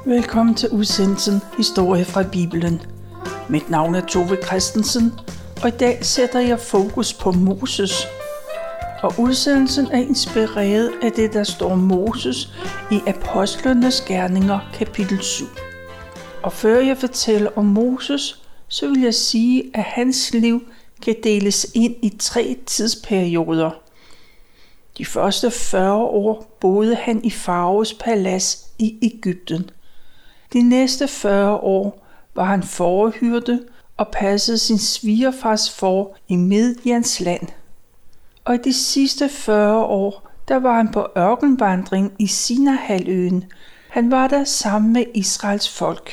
Velkommen til udsendelsen Historie fra Bibelen. Mit navn er Tove Christensen, og i dag sætter jeg fokus på Moses. Og udsendelsen er inspireret af det, der står om Moses i Apostlenes Gerninger kapitel 7. Og før jeg fortæller om Moses, så vil jeg sige, at hans liv kan deles ind i 3 tidsperioder. De første 40 år boede han i Faraos palads i Egypten. De næste 40 år var han fårehyrde og passede sin svigerfars får i Midians land. Og i de sidste 40 år, der var han på ørkenvandring i Sinai-halvøen. Han var der sammen med Israels folk.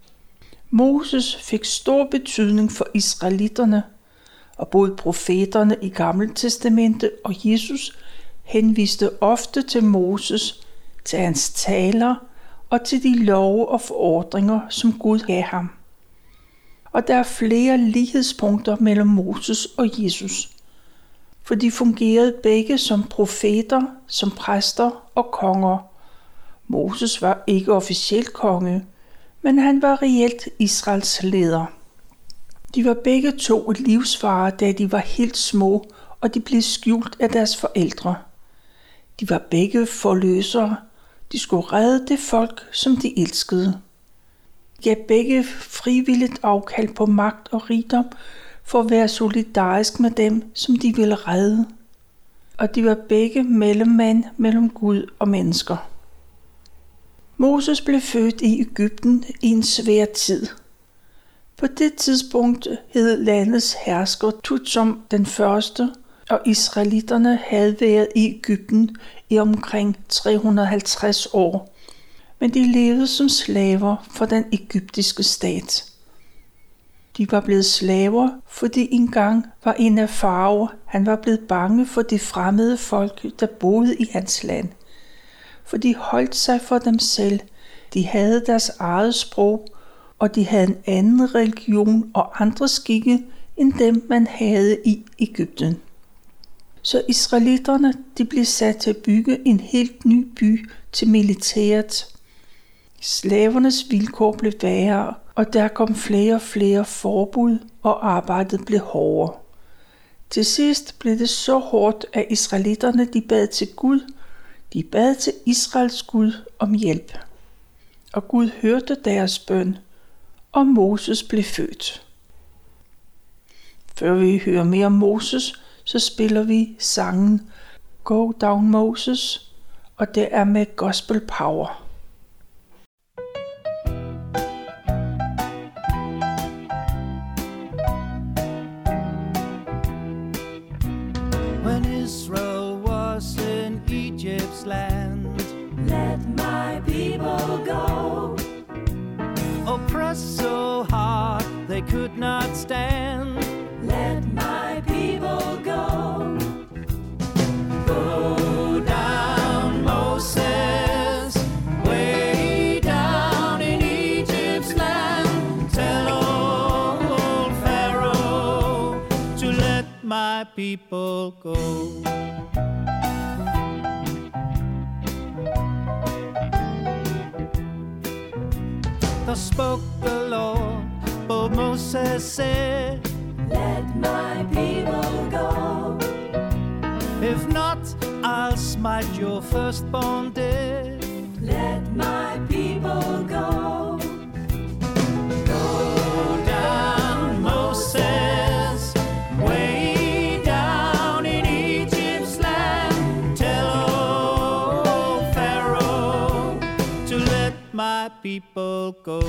Moses fik stor betydning for israelitterne, og både profeterne i Gamle Testamente og Jesus henviste ofte til Moses, til hans taler og til de love og forordringer, som Gud gav ham. Og der er flere lighedspunkter mellem Moses og Jesus, for de fungerede begge som profeter, som præster og konger. Moses var ikke officielt konge, men han var reelt Israels leder. De var begge to livsfarer, da de var helt små, og de blev skjult af deres forældre. De var begge forløsere. De skulle redde det folk, som de elskede. De gav begge frivilligt afkald på magt og rigdom for at være solidarisk med dem, som de ville redde. Og de var begge mellemmænd mellem Gud og mennesker. Moses blev født i Egypten i en svær tid. På det tidspunkt hed landets hersker Thutmose den første, og israelitterne havde været i Egypten i omkring 350 år, men de levede som slaver for den egyptiske stat. De var blevet slaver, fordi engang var en af farao, han var blevet bange for de fremmede folk, der boede i hans land. For de holdt sig for dem selv, de havde deres eget sprog, og de havde en anden religion og andre skikke, end dem man havde i Egypten. Så israelitterne, de blev sat til at bygge en helt ny by til militæret. Slavernes vilkår blev værre, og der kom flere og flere forbud, og arbejdet blev hårdere. Til sidst blev det så hårdt, at israelitterne, de bad til Gud. De bad til Israels Gud om hjælp. Og Gud hørte deres bøn, og Moses blev født. Før vi hører mere om Moses, så spiller vi sangen Go Down Moses, og det er med Gospel Power. When Israel was in Egypt's land, let my people go. Oppressed so hard they could not stand, Let my people go. go down Moses, way down in Egypt's land. Tell old Pharaoh to let my people go. Thus spoke the Lord, but Moses said, Let my people go. if not, I'll smite your firstborn dead. Let my people go. Go down, Moses, way down in Egypt's land. Tell old Pharaoh to let my people go.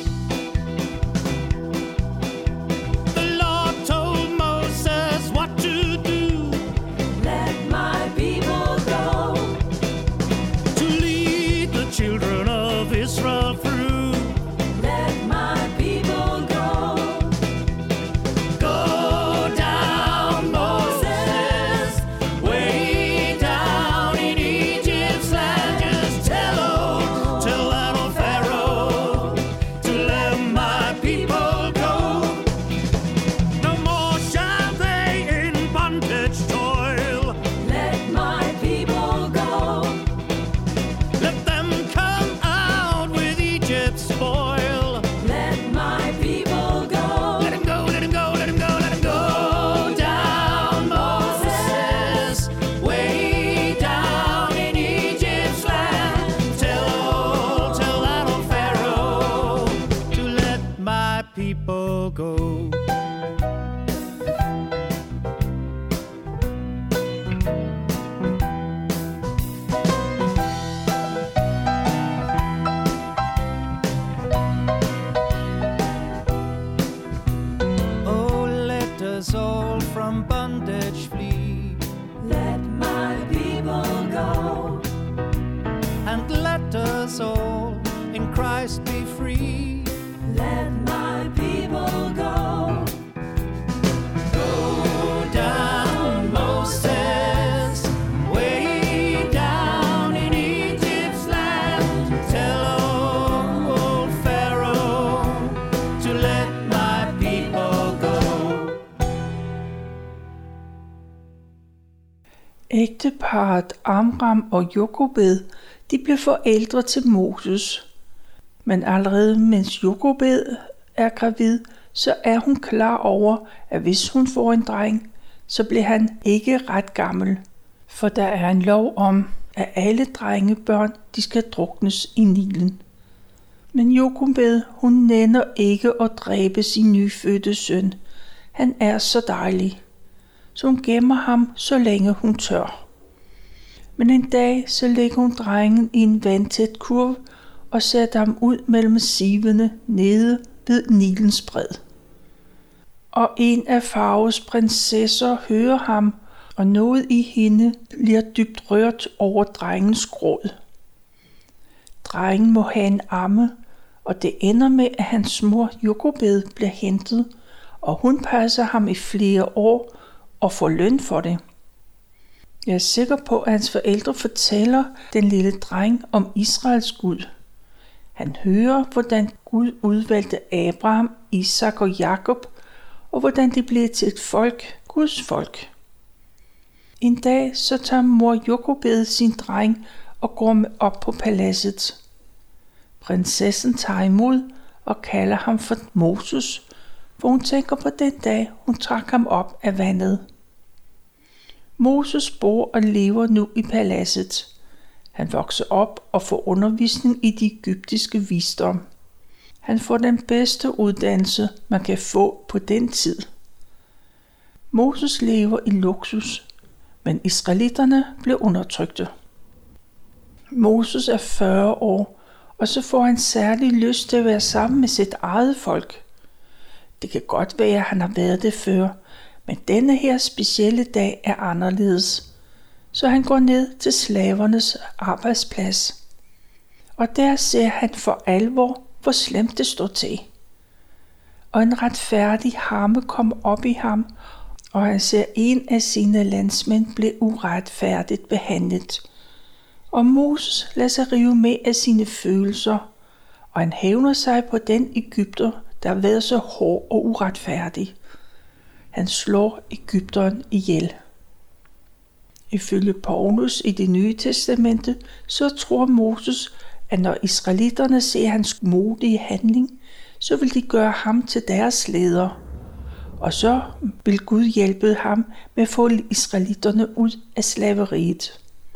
The Lord told Moses what to do, Let my people go. to lead the children of Israel through. Let my people go. Go down, Moses, way down in Egypt's land. Just tell that old Pharaoh to my people go. Oh, let us all from bondage flee. Let my people go. And let us all in Christ be free. Let my people go. Go down, Moses, way down in Egypt's land. Tell old Pharaoh to let my people go. Ægteparret Amram og Jokobed, de blev forældre til Moses. Men allerede mens Jokobed er gravid, så er hun klar over, at hvis hun får en dreng, så bliver han ikke ret gammel. For der er en lov om, at alle drengebørn, de skal druknes i Nilen. Men Jokobed, hun nænder ikke at dræbe sin nyfødte søn. Han er så dejlig. Så hun gemmer ham, så længe hun tør. Men en dag, så lægger hun drengen i en vandtæt kurv og sætter ham ud mellem sivene nede ved Nilens bred. Og en af Faraos prinsesser hører ham, og noget i hende bliver dybt rørt over drengens gråd. Drengen må have en amme, og det ender med, at hans mor Jokobed bliver hentet, og hun passer ham i flere år og får løn for det. Jeg er sikker på, at hans forældre fortæller den lille dreng om Israels Gud. Han hører, hvordan Gud udvalgte Abraham, Isak og Jakob, og hvordan de blev til et folk, Guds folk. En dag så tager mor Jokobed sin dreng og går med op på paladset. Prinsessen tager imod og kalder ham for Moses, for hun tænker på den dag, hun trak ham op af vandet. Moses bor og lever nu i paladset. Han vokser op og får undervisning i de egyptiske visdom. Han får den bedste uddannelse, man kan få på den tid. Moses lever i luksus, men israelitterne blev undertrykte. Moses er 40 år, og så får han særlig lyst til at være sammen med sit eget folk. Det kan godt være, at han har været det før, men denne her specielle dag er anderledes. Så han går ned til slavernes arbejdsplads. Og der ser han for alvor, hvor slemt det står til. Og en retfærdig harme kommer op i ham, og han ser en af sine landsmænd blive uretfærdigt behandlet. Og Moses lader sig rive med af sine følelser, og han hævner sig på den egypter, der har været så hård og uretfærdig. Han slår egypteren ihjel. Ifølge Paulus i Det Nye Testamente, så tror Moses, at når israelitterne ser hans modige handling, så vil de gøre ham til deres leder. Og så vil Gud hjælpe ham med at få israelitterne ud af slaveriet.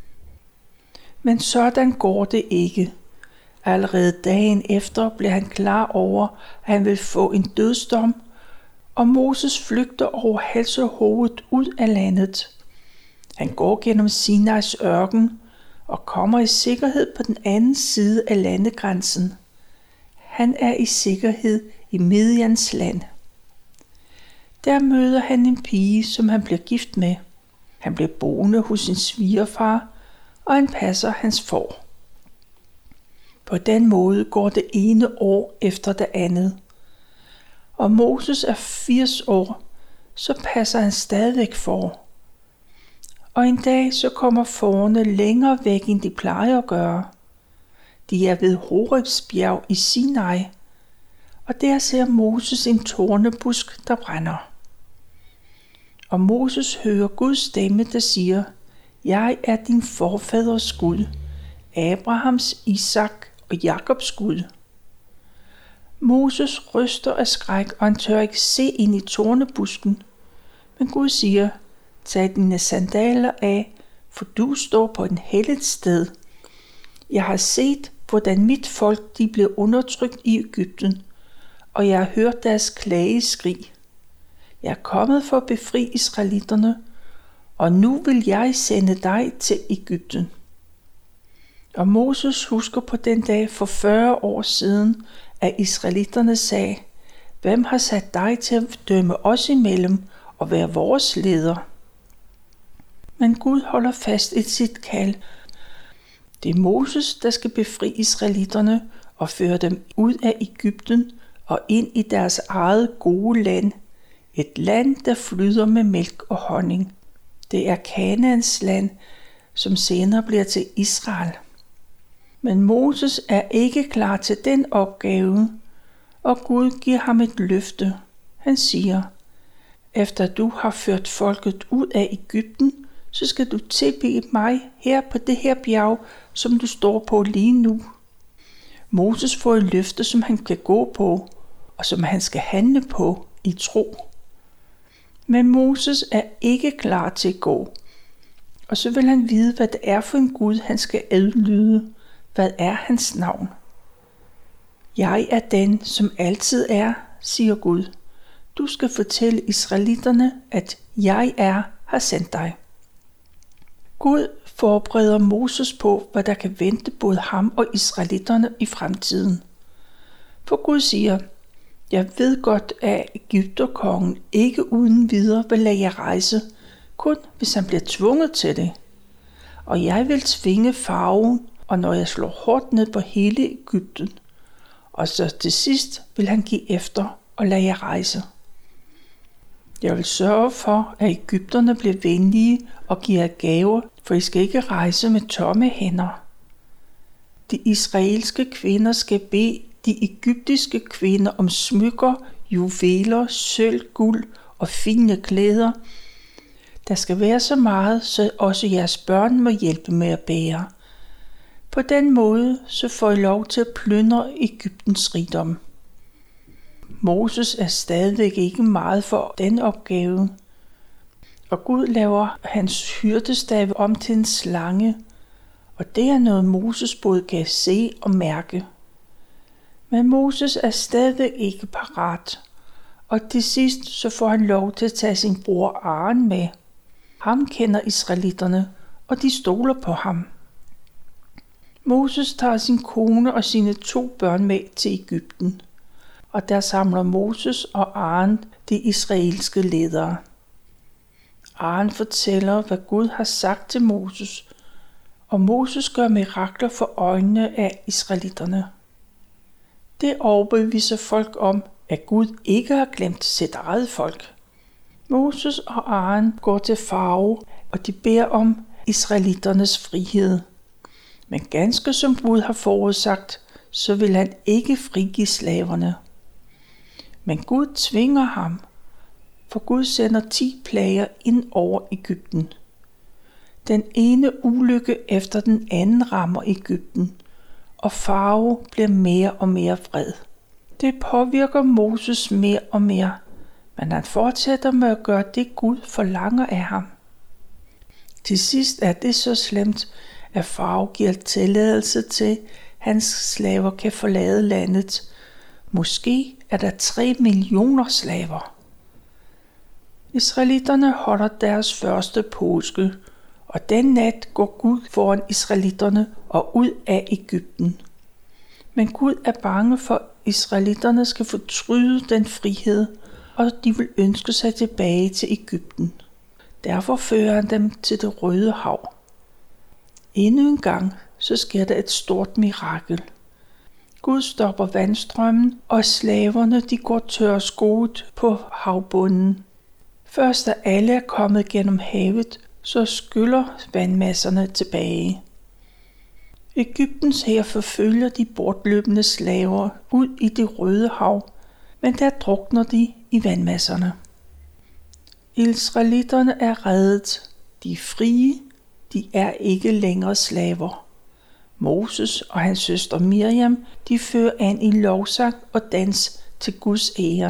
Men sådan går det ikke. Allerede dagen efter bliver han klar over, at han vil få en dødsdom, og Moses flygter over hals og hoved ud af landet. Han går gennem Sinais ørken og kommer i sikkerhed på den anden side af landegrænsen. Han er i sikkerhed i Midians land. Der møder han en pige, som han bliver gift med. Han bliver boende hos sin svigerfar, og han passer hans får. På den måde går det ene år efter det andet. Og Moses er 80 år, så passer han stadigvæk får. Og en dag så kommer fårene længere væk, end de plejer at gøre. De er ved Horebs bjerg i Sinai, og der ser Moses en tornebusk, der brænder. Og Moses hører Guds stemme, der siger: Jeg er din forfaders Gud, Abrahams, Isak og Jakobs Gud. Moses ryster af skræk, og han tør ikke se ind i tornebusken. Men Gud siger: Tag dine sandaler af, for du står på en helligt sted. Jeg har set, hvordan mit folk de blev undertrykt i Egypten, og jeg har hørt deres klageskrig. Jeg er kommet for at befri israelitterne, og nu vil jeg sende dig til Egypten. Og Moses husker på den dag for 40 år siden, at israelitterne sagde, hvem har sat dig til at dømme os imellem og være vores leder? Men Gud holder fast i sit kald. Det er Moses, der skal befri israelitterne og føre dem ud af Egypten og ind i deres eget gode land. Et land, der flyder med mælk og honning. Det er Kanaans land, som senere bliver til Israel. Men Moses er ikke klar til den opgave, og Gud giver ham et løfte. Han siger, efter du har ført folket ud af Egypten, så skal du tilbede mig her på det her bjerg, som du står på lige nu. Moses får et løfte, som han kan gå på, og som han skal handle på i tro. Men Moses er ikke klar til at gå, og så vil han vide, hvad det er for en Gud, han skal adlyde. Hvad er hans navn? Jeg er den, som altid er, siger Gud. Du skal fortælle israelitterne, at jeg har sendt dig. Gud forbereder Moses på, hvad der kan vente både ham og israelitterne i fremtiden. For Gud siger, jeg ved godt, at Egypterkongen ikke uden videre vil lade jer rejse, kun hvis han bliver tvunget til det. Og jeg vil tvinge farven, og når jeg slår hårdt ned på hele Egypten, og så til sidst vil han give efter og lade jer rejse. Jeg vil sørge for, at egypterne bliver venlige og giver jer gaver, for I skal ikke rejse med tomme hænder. De israelske kvinder skal bede de egyptiske kvinder om smykker, juveler, sølv, guld og fine klæder. Der skal være så meget, så også jeres børn må hjælpe med at bære. På den måde så får I lov til at plyndre Egyptens rigdom. Moses er stadigvæk ikke meget for den opgave, og Gud laver hans hyrdestav om til en slange, og det er noget Moses både kan se og mærke. Men Moses er stadigvæk ikke parat, og til sidst så får han lov til at tage sin bror Aaron med. Ham kender israelitterne, og de stoler på ham. Moses tager sin kone og sine 2 børn med til Egypten, og der samler Moses og Aaron de israelske ledere. Aaron fortæller, hvad Gud har sagt til Moses, og Moses gør mirakler for øjnene af israelitterne. Det overbeviser folk om, at Gud ikke har glemt sit eget folk. Moses og Aaron går til farao, og de beder om israelitternes frihed. Men ganske som Gud har forudsagt, så vil han ikke frigive slaverne. Men Gud tvinger ham, for Gud sender 10 plager ind over Egypten. Den ene ulykke efter den anden rammer Egypten, og farao bliver mere og mere vred. Det påvirker Moses mere og mere, men han fortsætter med at gøre det Gud forlanger af ham. Til sidst er det så slemt, at farao giver tilladelse til, at hans slaver kan forlade landet. Måske er der 3 millioner slaver. Israelitterne holder deres første påske, og den nat går Gud foran israelitterne og ud af Egypten. Men Gud er bange for, at israelitterne skal fortryde den frihed, og de vil ønske sig tilbage til Egypten. Derfor fører han dem til det Røde Hav. Endnu en gang så sker der et stort mirakel. Gud stopper vandstrømmen, og slaverne de går tørskoet på havbunden. Først da alle er kommet gennem havet, så skyller vandmasserne tilbage. Egyptens hær forfølger de bortløbende slaver ud i det Røde Hav, men der drukner de i vandmasserne. Israelitterne er reddet. De er frie. De er ikke længere slaver. Moses og hans søster Miriam, de fører an i lovsang og dans til Guds ære.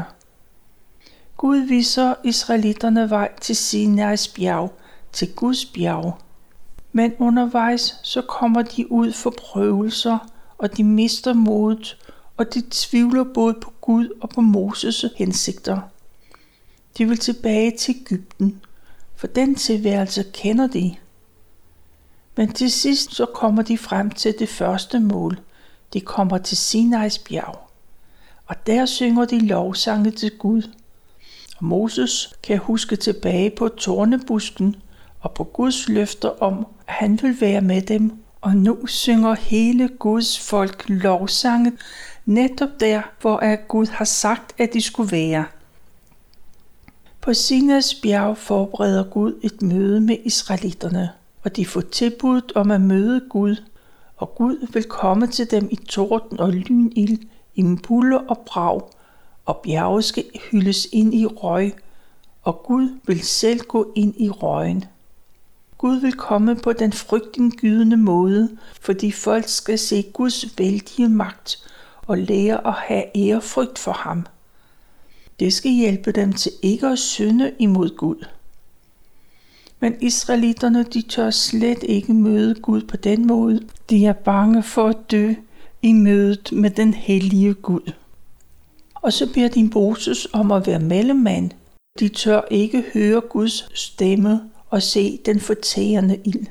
Gud viser israelitterne vej til Sinais bjerg, til Guds bjerg. Men undervejs så kommer de ud for prøvelser, og de mister modet, og de tvivler både på Gud og på Moses' hensigter. De vil tilbage til Egypten, for den tilværelse kender de. Men til sidst så kommer de frem til det første mål. De kommer til Sinais bjerg, og der synger de lovsange til Gud. Og Moses kan huske tilbage på tornebusken og på Guds løfter om, at han vil være med dem. Og nu synger hele Guds folk lovsange netop der, hvor Gud har sagt, at de skulle være. På Sinais bjerg forbereder Gud et møde med israelitterne, og de får tilbuddet om at møde Gud, og Gud vil komme til dem i torden og lynild, i buller og brag, og bjerget skal hyldes ind i røg, og Gud vil selv gå ind i røgen. Gud vil komme på den frygtindgydende måde, fordi folk skal se Guds vældige magt og lære at have ærefrygt for ham. Det skal hjælpe dem til ikke at synde imod Gud. Men israelitterne, de tør slet ikke møde Gud på den måde. De er bange for at dø i mødet med den hellige Gud. Og så beder de Moses om at være mellemmand. De tør ikke høre Guds stemme og se den fortærende ild.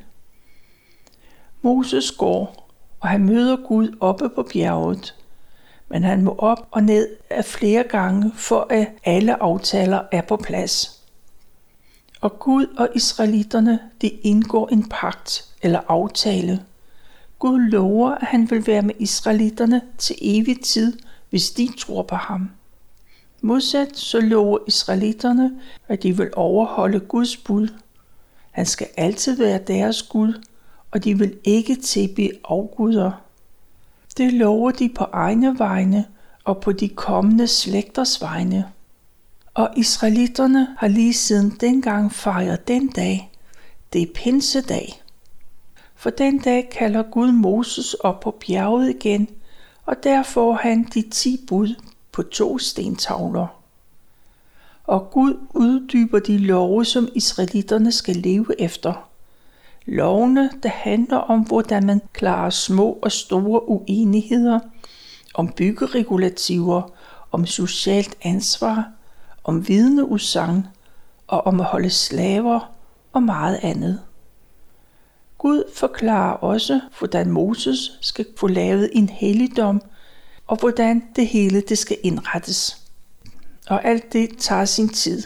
Moses går, og han møder Gud oppe på bjerget. Men han må op og ned af flere gange, for at alle aftaler er på plads. Og Gud og israelitterne, de indgår en pagt eller aftale. Gud lover, at han vil være med israelitterne til evig tid, hvis de tror på ham. Modsat så lover israelitterne, at de vil overholde Guds bud. Han skal altid være deres Gud, og de vil ikke tilbede afguder. Det lover de på egne vegne og på de kommende slægters vegne. Og israelitterne har lige siden dengang fejret den dag. Det er pinsedag. For den dag kalder Gud Moses op på bjerget igen, og der får han de 10 bud på 2 stentavler. Og Gud uddyber de love, som israelitterne skal leve efter. Lovene, der handler om, hvordan man klarer små og store uenigheder, om byggeregulativer, om socialt ansvar, om vidneudsagn og om at holde slaver og meget andet. Gud forklarer også, hvordan Moses skal få lavet en helligdom, og hvordan det hele det skal indrettes. Og alt det tager sin tid.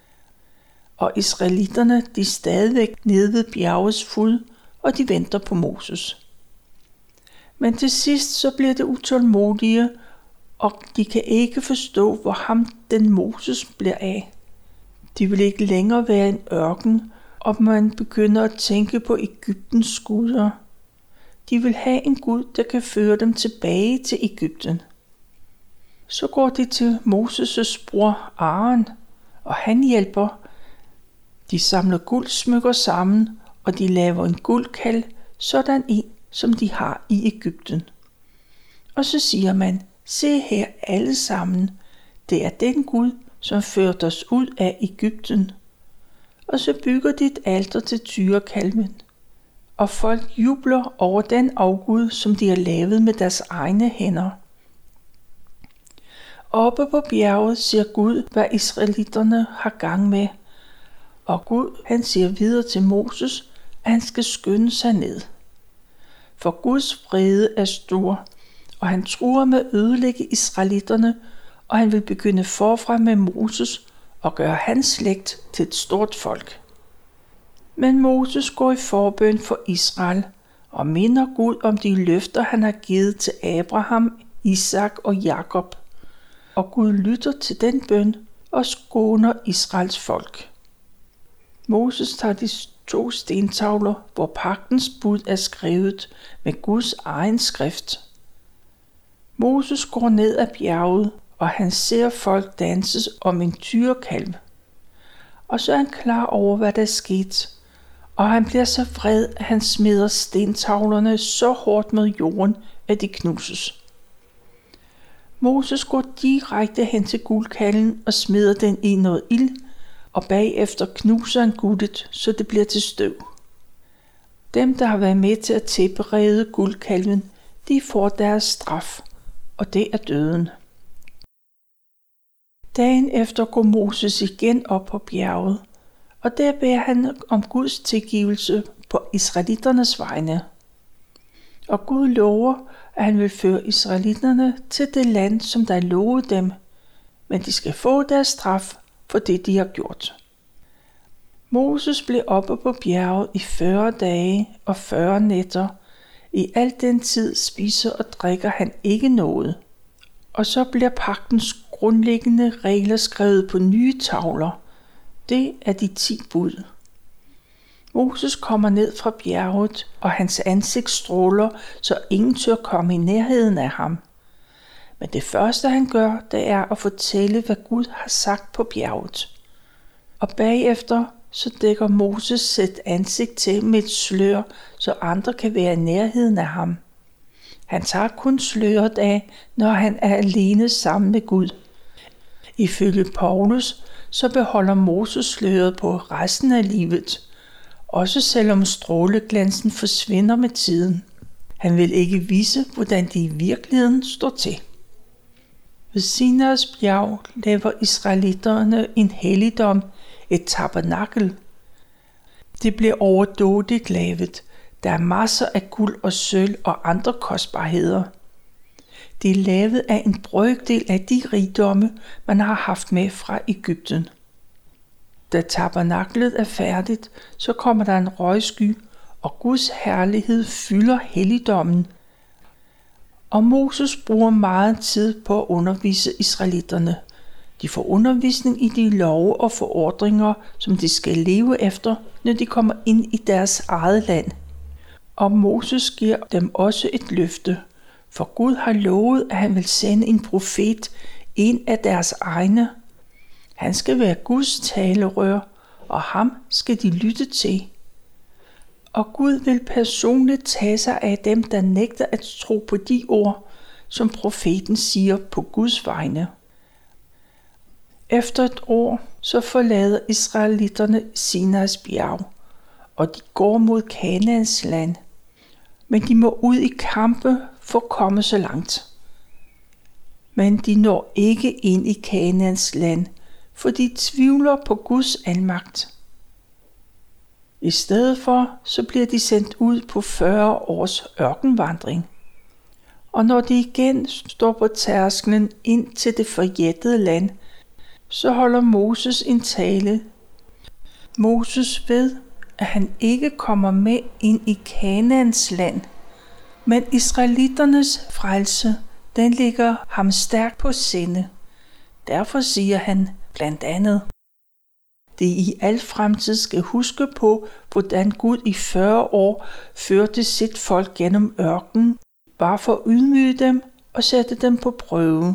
Og israelitterne, de er stadigvæk nede ved bjergets fod, og de venter på Moses. Men til sidst så bliver det utålmodige, og de kan ikke forstå, hvor ham den Moses bliver af. De vil ikke længere være en ørken, og man begynder at tænke på Egyptens guder. De vil have en Gud, der kan føre dem tilbage til Egypten. Så går de til Moses' bror Aaron, og han hjælper. De samler guldsmykker sammen, og de laver en guldkalv, sådan en, som de har i Egypten. Og så siger man, se her alle sammen, det er den Gud, som førte os ud af Egypten. Og så bygger de et alter til tyrekalven. Og folk jubler over den afgud, som de har lavet med deres egne hænder. Oppe på bjerget ser Gud, hvad israelitterne har gang med. Og Gud, han siger videre til Moses, at han skal skynde sig ned. For Guds vrede er stor, og han truer med at ødelægge israelitterne, og han vil begynde forfra med Moses og gøre hans slægt til et stort folk. Men Moses går i forbøn for Israel og minder Gud om de løfter, han har givet til Abraham, Isak og Jakob. Og Gud lytter til den bøn og skåner Israels folk. Moses tager de 2 stentavler, hvor pagtens bud er skrevet med Guds egen skrift. Moses går ned ad bjerget, og han ser folk danses om en tyrekalv. Og så er han klar over, hvad der er sket, og han bliver så vred, at han smider stentavlerne så hårdt med jorden, at de knuses. Moses går direkte hen til guldkalven og smider den i noget ild, og bagefter knuser han guldet, så det bliver til støv. Dem, der har været med til at tilberede guldkalven, de får deres straf, og det er døden. Dagen efter går Moses igen op på bjerget, og der beder han om Guds tilgivelse på israelitternes vegne. Og Gud lover, at han vil føre israelitterne til det land, som der lovede dem, men de skal få deres straf for det, de har gjort. Moses blev oppe på bjerget i 40 dage og 40 nætter. I al den tid spiser og drikker han ikke noget. Og så bliver pagtens grundlæggende regler skrevet på nye tavler. Det er de 10 bud. Moses kommer ned fra bjerget, og hans ansigt stråler, så ingen tør komme i nærheden af ham. Men det første han gør, det er at fortælle, hvad Gud har sagt på bjerget. Og bagefter så dækker Moses sit ansigt til med et slør, så andre kan være i nærheden af ham. Han tager kun sløret af, når han er alene sammen med Gud. Ifølge Paulus, så beholder Moses sløret på resten af livet, også selvom stråleglansen forsvinder med tiden. Han vil ikke vise, hvordan det i virkeligheden står til. Ved Sinais bjerg laver israelitterne en helligdom, et tabernakel. Det bliver overdådigt lavet. Der er masser af guld og sølv og andre kostbarheder. Det er lavet af en brøkdel af de rigdomme, man har haft med fra Egypten. Da tabernaklet er færdigt, så kommer der en røgsky, og Guds herlighed fylder helligdommen. Og Moses bruger meget tid på at undervise israelitterne. De får undervisning i de love og forordringer, som de skal leve efter, når de kommer ind i deres eget land. Og Moses giver dem også et løfte, for Gud har lovet, at han vil sende en profet, en af deres egne. Han skal være Guds talerør, og ham skal de lytte til. Og Gud vil personligt tage sig af dem, der nægter at tro på de ord, som profeten siger på Guds vegne. Efter et år, så forlader israelitterne Sinais bjerg, og de går mod Kanaans land. Men de må ud i kampe for at komme så langt. Men de når ikke ind i Kanaans land, for de tvivler på Guds almagt. I stedet for, så bliver de sendt ud på 40 års ørkenvandring. Og når de igen står på tærsklen ind til det forjættede land, så holder Moses en tale. Moses ved, at han ikke kommer med ind i Kanaans land, men israelitternes frelse, den ligger ham stærkt på sinde. Derfor siger han blandt andet, det i al fremtid skal huske på, hvordan Gud i 40 år førte sit folk gennem ørkenen, bare for at ydmyge dem og sætte dem på prøve.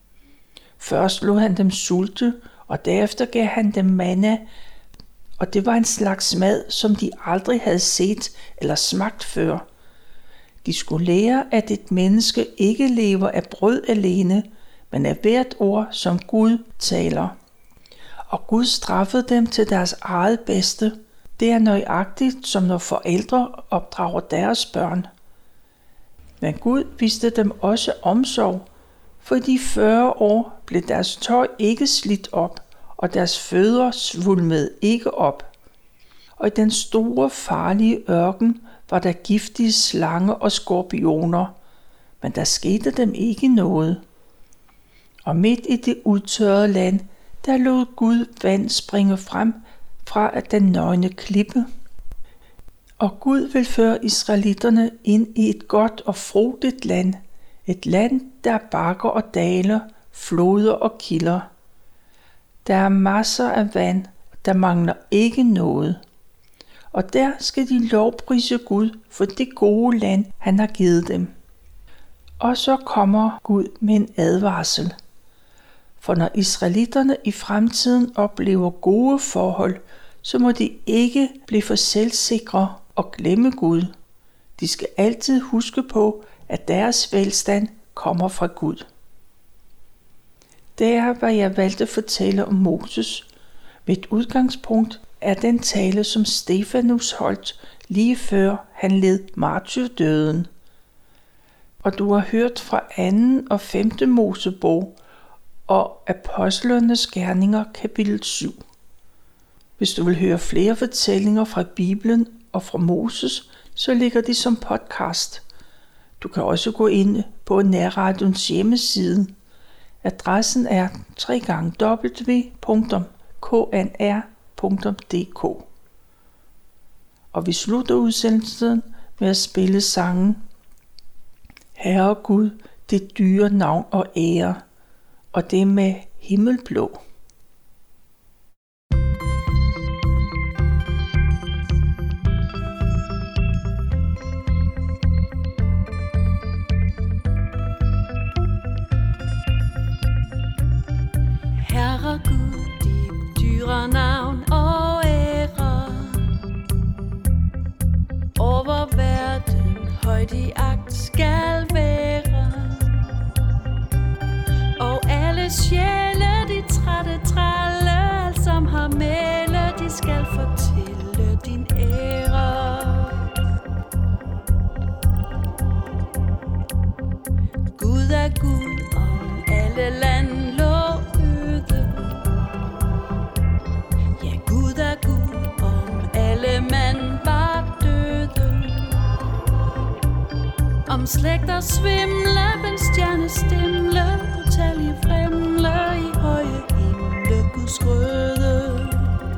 Først lod han dem sulte, og derefter gav han dem manna, og det var en slags mad, som de aldrig havde set eller smagt før. De skulle lære, at et menneske ikke lever af brød alene, men af hvert ord, som Gud taler. Og Gud straffede dem til deres eget bedste. Det er nøjagtigt, som når forældre opdrager deres børn. Men Gud viste dem også omsorg, for de 40 år blev deres tøj ikke slidt op, og deres fødder svulmede ikke op. Og i den store farlige ørken var der giftige slanger og skorpioner, men der skete dem ikke noget. Og midt i det udtørrede land, der lod Gud vand springe frem fra den nøgne klippe. Og Gud vil føre israelitterne ind i et godt og frodigt land, et land, der er bakker og daler, floder og kilder. Der er masser af vand, der mangler ikke noget. Og der skal de lovprise Gud for det gode land, han har givet dem. Og så kommer Gud med en advarsel. For når israelitterne i fremtiden oplever gode forhold, så må de ikke blive for selvsikre og glemme Gud. De skal altid huske på, at deres velstand kommer fra Gud. Det er, hvad jeg valgte at fortælle om Moses. Mit udgangspunkt er den tale, som Stefanus holdt lige før han led martyrdøden. og du har hørt fra 2. og 5. Mosebog og Apostlenes Gerninger kapitel 7. Hvis du vil høre flere fortællinger fra Bibelen og fra Moses, så ligger de som podcast. Du kan også gå ind på Nærradions hjemmeside. Adressen er www.knr.dk. Og vi slutter udsendelsen med at spille sangen Herre Gud, dit dyre navn og ære, og det med Himmelblå. Herre Gud, dit dyre navn og ære, over verden højt i agt skal være, og alle sjæle, de trætte tralle, alt som har mæle, de skal fortælle din ære. Gud er Gud, om alle land lå øde. Ja, Gud er Gud, om alle mand var døde. Om slægter svimle, en stjerne stimle, utallige fremle i høje himle, Guds røde.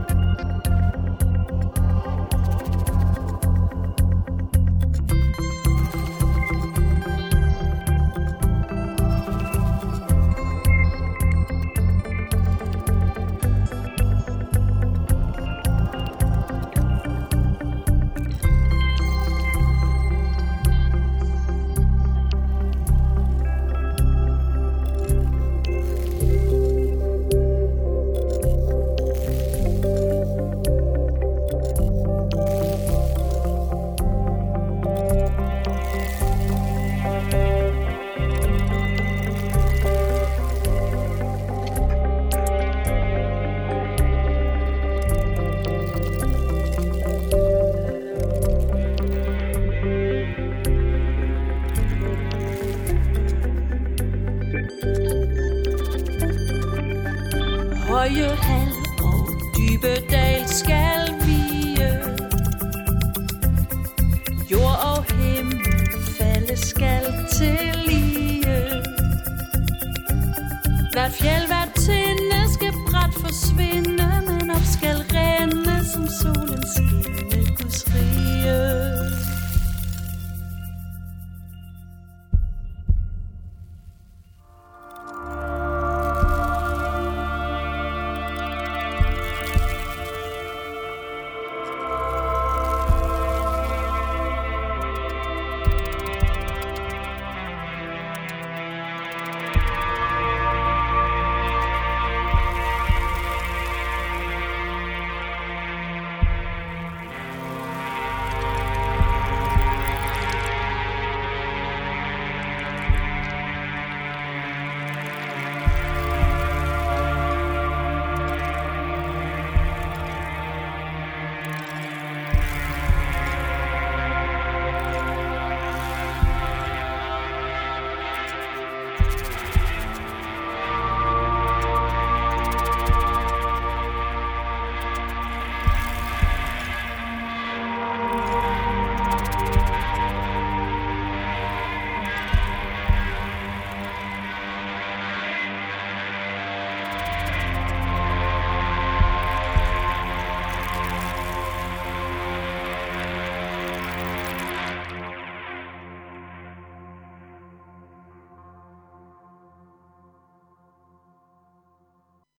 Høje hal og dybe dal skal vige, jord og himmel falde skal til lige. Hvert fjeld, hvert til